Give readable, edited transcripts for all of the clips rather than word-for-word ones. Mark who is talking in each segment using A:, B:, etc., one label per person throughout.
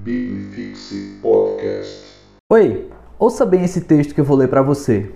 A: Biblifixe Podcast.
B: Oi, ouça bem esse texto que eu vou ler para você.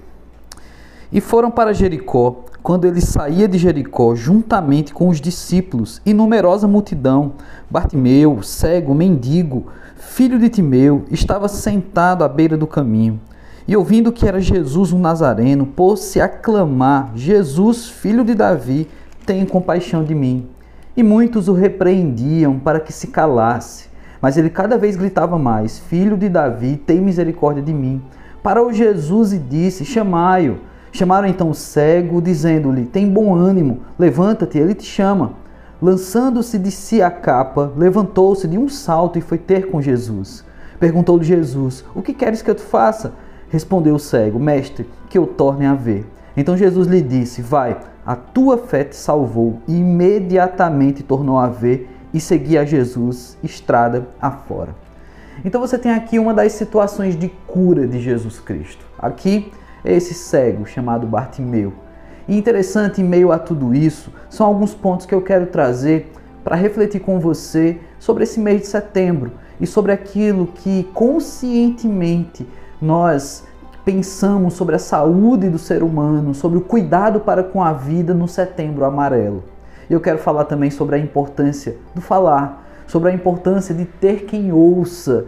B: E foram para Jericó, quando ele saía de Jericó, juntamente com os discípulos e numerosa multidão. Bartimeu, cego, mendigo, filho de Timeu, estava sentado à beira do caminho. E ouvindo que era Jesus um Nazareno, pôs-se a clamar: Jesus, filho de Davi, tem compaixão de mim. E muitos o repreendiam para que se calasse. Mas ele cada vez gritava mais: Filho de Davi, tem misericórdia de mim. Parou Jesus e disse: Chamai-o. Chamaram então o cego, dizendo-lhe: Tem bom ânimo, levanta-te, ele te chama. Lançando-se de si a capa, levantou-se de um salto e foi ter com Jesus. Perguntou-lhe Jesus: O que queres que eu te faça? Respondeu o cego: Mestre, que eu torne a ver. Então Jesus lhe disse: Vai, a tua fé te salvou. E imediatamente tornou a ver e seguia a Jesus estrada afora. Então você tem aqui uma das situações de cura de Jesus Cristo. Aqui é esse cego chamado Bartimeu. E interessante, em meio a tudo isso, são alguns pontos que eu quero trazer para refletir com você sobre esse mês de setembro e sobre aquilo que conscientemente nós pensamos sobre a saúde do ser humano, sobre o cuidado para com a vida no Setembro Amarelo. E eu quero falar também sobre a importância do falar, sobre a importância de ter quem ouça,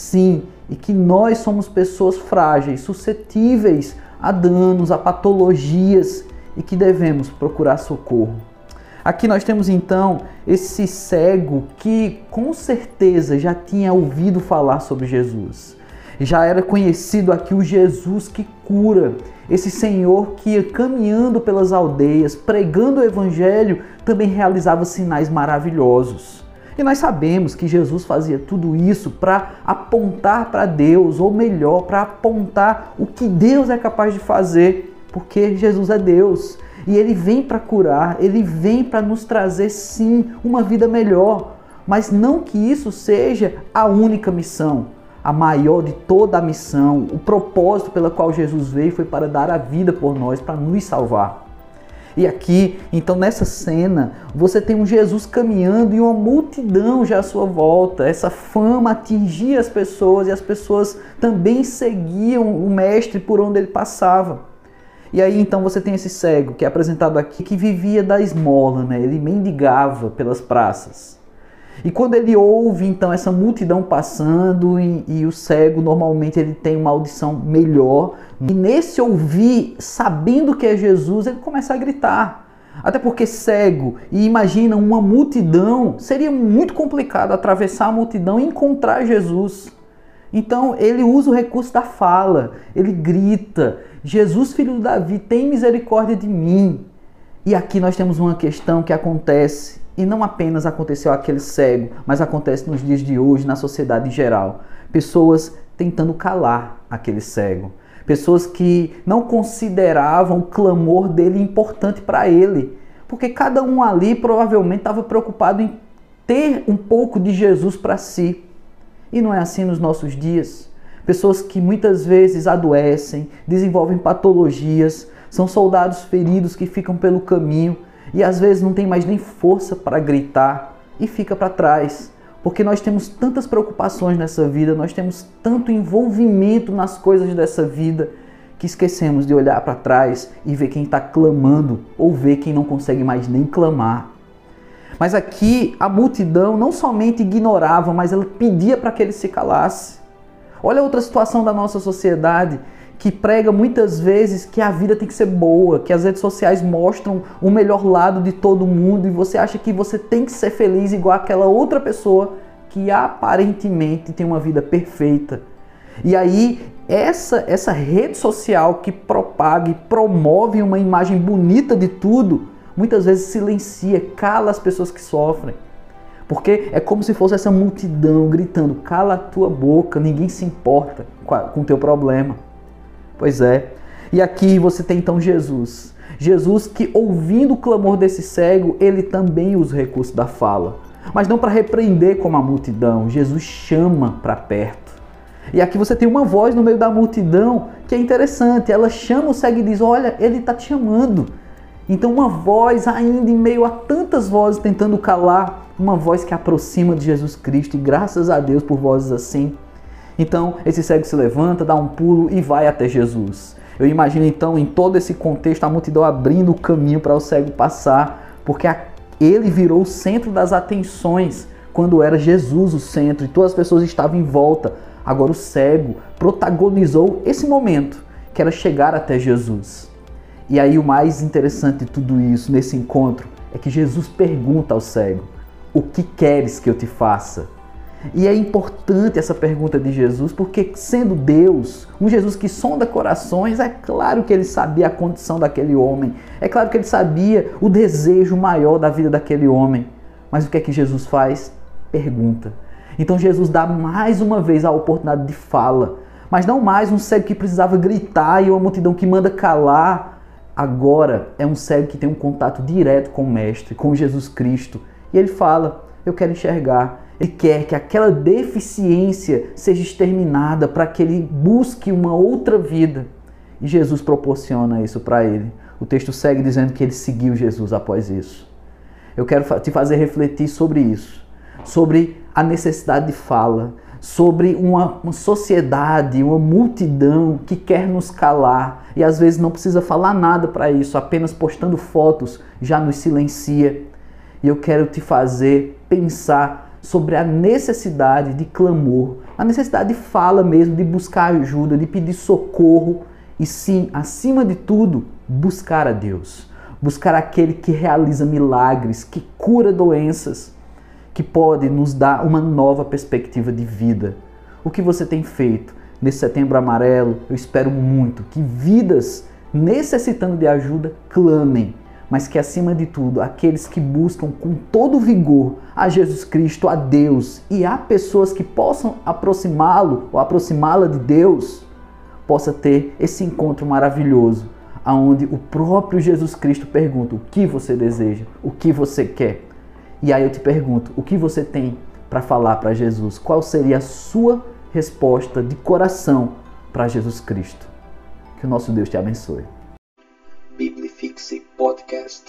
B: e que nós somos pessoas frágeis, suscetíveis a danos, a patologias e que devemos procurar socorro. Aqui nós temos então esse cego que com certeza já tinha ouvido falar sobre Jesus. Já era conhecido aqui o Jesus que cura, esse Senhor que ia caminhando pelas aldeias, pregando o Evangelho, também realizava sinais maravilhosos. E nós sabemos que Jesus fazia tudo isso para apontar para Deus, ou melhor, para apontar o que Deus é capaz de fazer, porque Jesus é Deus. E Ele vem para curar, Ele vem para nos trazer sim uma vida melhor, mas não que isso seja a única missão. A maior de toda a missão, o propósito pela qual Jesus veio foi para dar a vida por nós, para nos salvar. E aqui, então nessa cena, você tem um Jesus caminhando e uma multidão já à sua volta. Essa fama atingia as pessoas e as pessoas também seguiam o mestre por onde ele passava. E aí então você tem esse cego que é apresentado aqui, que vivia da esmola, né? Ele mendigava pelas praças. E quando ele ouve então essa multidão passando e o cego normalmente ele tem uma audição melhor, e nesse ouvir, sabendo que é Jesus, ele começa a gritar. Até porque cego, e imagina uma multidão, seria muito complicado atravessar a multidão e encontrar Jesus. Então ele usa o recurso da fala, ele grita: Jesus, filho de Davi, tem misericórdia de mim. E aqui nós temos uma questão que acontece. E não apenas aconteceu àquele cego, mas acontece nos dias de hoje, na sociedade em geral. Pessoas tentando calar aquele cego. Pessoas que não consideravam o clamor dele importante para ele. Porque cada um ali provavelmente estava preocupado em ter um pouco de Jesus para si. E não é assim nos nossos dias. Pessoas que muitas vezes adoecem, desenvolvem patologias, são soldados feridos que ficam pelo caminho, e às vezes não tem mais nem força para gritar e fica para trás. Porque nós temos tantas preocupações nessa vida, nós temos tanto envolvimento nas coisas dessa vida, que esquecemos de olhar para trás e ver quem está clamando, ou ver quem não consegue mais nem clamar. Mas aqui a multidão não somente ignorava, mas ela pedia para que ele se calasse. Olha outra situação da nossa sociedade, que prega muitas vezes que a vida tem que ser boa, que as redes sociais mostram o melhor lado de todo mundo e você acha que você tem que ser feliz igual aquela outra pessoa que aparentemente tem uma vida perfeita. E aí essa rede social que propaga e promove uma imagem bonita de tudo, muitas vezes silencia, cala as pessoas que sofrem. Porque é como se fosse essa multidão gritando: cala a tua boca, ninguém se importa com o teu problema. Pois é. E aqui você tem então Jesus. Jesus que, ouvindo o clamor desse cego, ele também usa o recurso da fala. Mas não para repreender como a multidão. Jesus chama para perto. E aqui você tem uma voz no meio da multidão que é interessante. Ela chama o cego e diz: olha, ele está te chamando. Então uma voz, ainda em meio a tantas vozes tentando calar, uma voz que aproxima de Jesus Cristo, e graças a Deus por vozes assim. Então esse cego se levanta, dá um pulo e vai até Jesus. Eu imagino então em todo esse contexto a multidão abrindo o caminho para o cego passar, porque ele virou o centro das atenções quando era Jesus o centro e todas as pessoas estavam em volta. Agora o cego protagonizou esse momento, que era chegar até Jesus. E aí o mais interessante de tudo isso, nesse encontro, é que Jesus pergunta ao cego: o que queres que eu te faça? E é importante essa pergunta de Jesus, porque sendo Deus, um Jesus que sonda corações, é claro que ele sabia a condição daquele homem, é claro que ele sabia o desejo maior da vida daquele homem. Mas o que é que Jesus faz? Pergunta. Então Jesus dá mais uma vez a oportunidade de fala, mas não mais um cego que precisava gritar e uma multidão que manda calar. Agora é um cego que tem um contato direto com o Mestre, com Jesus Cristo. E ele fala: eu quero enxergar. Ele quer que aquela deficiência seja exterminada para que ele busque uma outra vida. E Jesus proporciona isso para ele. O texto segue dizendo que ele seguiu Jesus após isso. Eu quero te fazer refletir sobre isso, sobre a necessidade de fala, sobre uma sociedade, uma multidão que quer nos calar e às vezes não precisa falar nada para isso, apenas postando fotos já nos silencia. E eu quero te fazer pensar sobre a necessidade de clamor, a necessidade de fala mesmo, de buscar ajuda, de pedir socorro e sim, acima de tudo, buscar a Deus. Buscar aquele que realiza milagres, que cura doenças, que pode nos dar uma nova perspectiva de vida. O que você tem feito nesse Setembro Amarelo? Eu espero muito que vidas necessitando de ajuda clamem, mas que acima de tudo, aqueles que buscam com todo vigor a Jesus Cristo, a Deus e a pessoas que possam aproximá-lo ou aproximá-la de Deus, possa ter esse encontro maravilhoso, onde o próprio Jesus Cristo pergunta: o que você deseja? O que você quer? E aí eu te pergunto, o que você tem para falar para Jesus? Qual seria a sua resposta de coração para Jesus Cristo? Que o nosso Deus te abençoe.
A: Biblifixe Podcast.